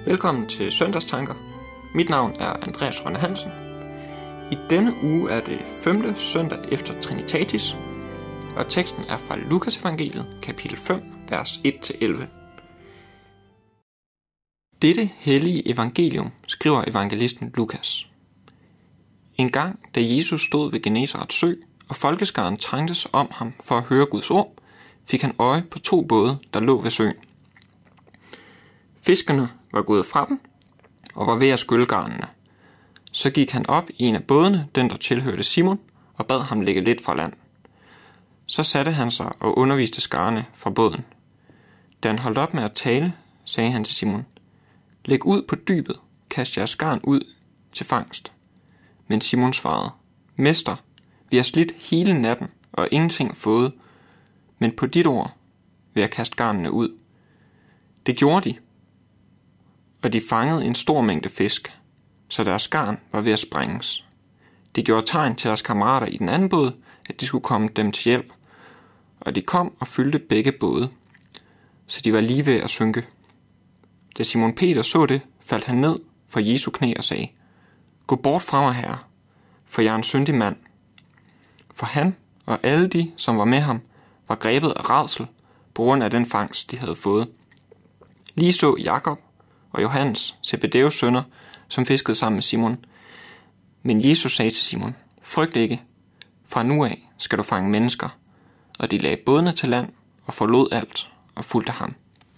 Velkommen til Søndagstanker. Mit navn er Andreas Rønne Hansen. I denne uge er det 5. søndag efter Trinitatis, og teksten er fra Lukas evangeliet, kapitel 5, vers 1-11. Dette hellige evangelium skriver evangelisten Lukas. En gang, da Jesus stod ved Genesarets sø, og folkeskaren trængtes om ham for at høre Guds ord, fik han øje på 2 både, der lå ved søen. Fiskerne var gået fra dem og var ved at skylle garnene. Så gik han op i en af bådene, den der tilhørte Simon, og bad ham lægge lidt fra land. Så satte han sig og underviste skarne fra båden. Da han holdt op med at tale, sagde han til Simon: "Læg ud på dybet, kast jeres garn ud til fangst." Men Simon svarede: "Mester, vi har slidt hele natten og ingenting fået, men på dit ord vil jeg kaste garnene ud." Det gjorde de, og de fangede en stor mængde fisk, så deres garn var ved at sprænges. De gjorde tegn til deres kammerater i den anden båd, at de skulle komme dem til hjælp, og de kom og fyldte begge både, så de var lige ved at synke. Da Simon Peter så det, faldt han ned for Jesu knæ og sagde: "Gå bort fra mig, Herre, for jeg er en syndig mand." For han og alle de, som var med ham, var grebet af rædsel på grund af den fangst, de havde fået. Lige så Jakob og Johannes, Zebedeus sønner, som fiskede sammen med Simon. Men Jesus sagde til Simon: "Frygt ikke, fra nu af skal du fange mennesker." Og de lagde bådene til land og forlod alt og fulgte ham.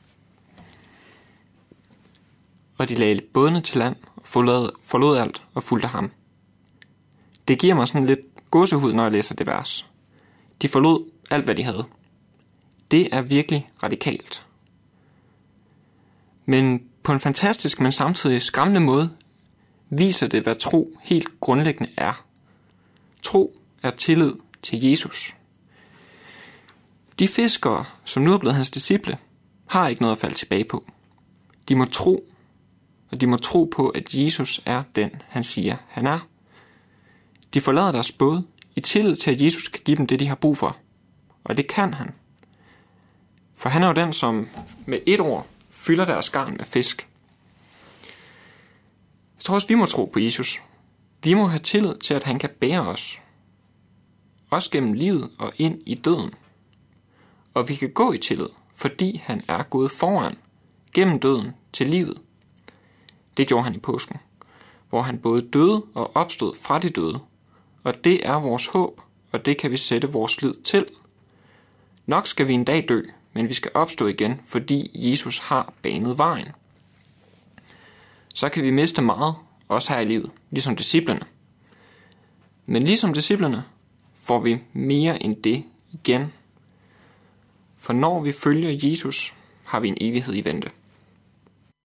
Det giver mig sådan lidt gåsehud, når jeg læser det vers. De forlod alt, hvad de havde. Det er virkelig radikalt. Men på en fantastisk, men samtidig skræmmende måde, viser det, hvad tro helt grundlæggende er. Tro er tillid til Jesus. De fiskere, som nu er blevet hans disciple, har ikke noget at falde tilbage på. De må tro, og de må tro på, at Jesus er den, han siger, han er. De forlader deres båd i tillid til, at Jesus kan give dem det, de har brug for. Og det kan han. For han er jo den, som med et ord fylder deres garn med fisk. Jeg tror også, vi må tro på Jesus. Vi må have tillid til, at han kan bære os. Også gennem livet og ind i døden. Og vi kan gå i tillid, fordi han er gået foran, gennem døden til livet. Det gjorde han i påsken, hvor han både døde og opstod fra de døde. Og det er vores håb, og det kan vi sætte vores lid til. Nok skal vi en dag dø, men vi skal opstå igen, fordi Jesus har banet vejen. Så kan vi miste meget, også her i livet, ligesom disciplene. Men ligesom disciplene får vi mere end det igen. For når vi følger Jesus, har vi en evighed i vente.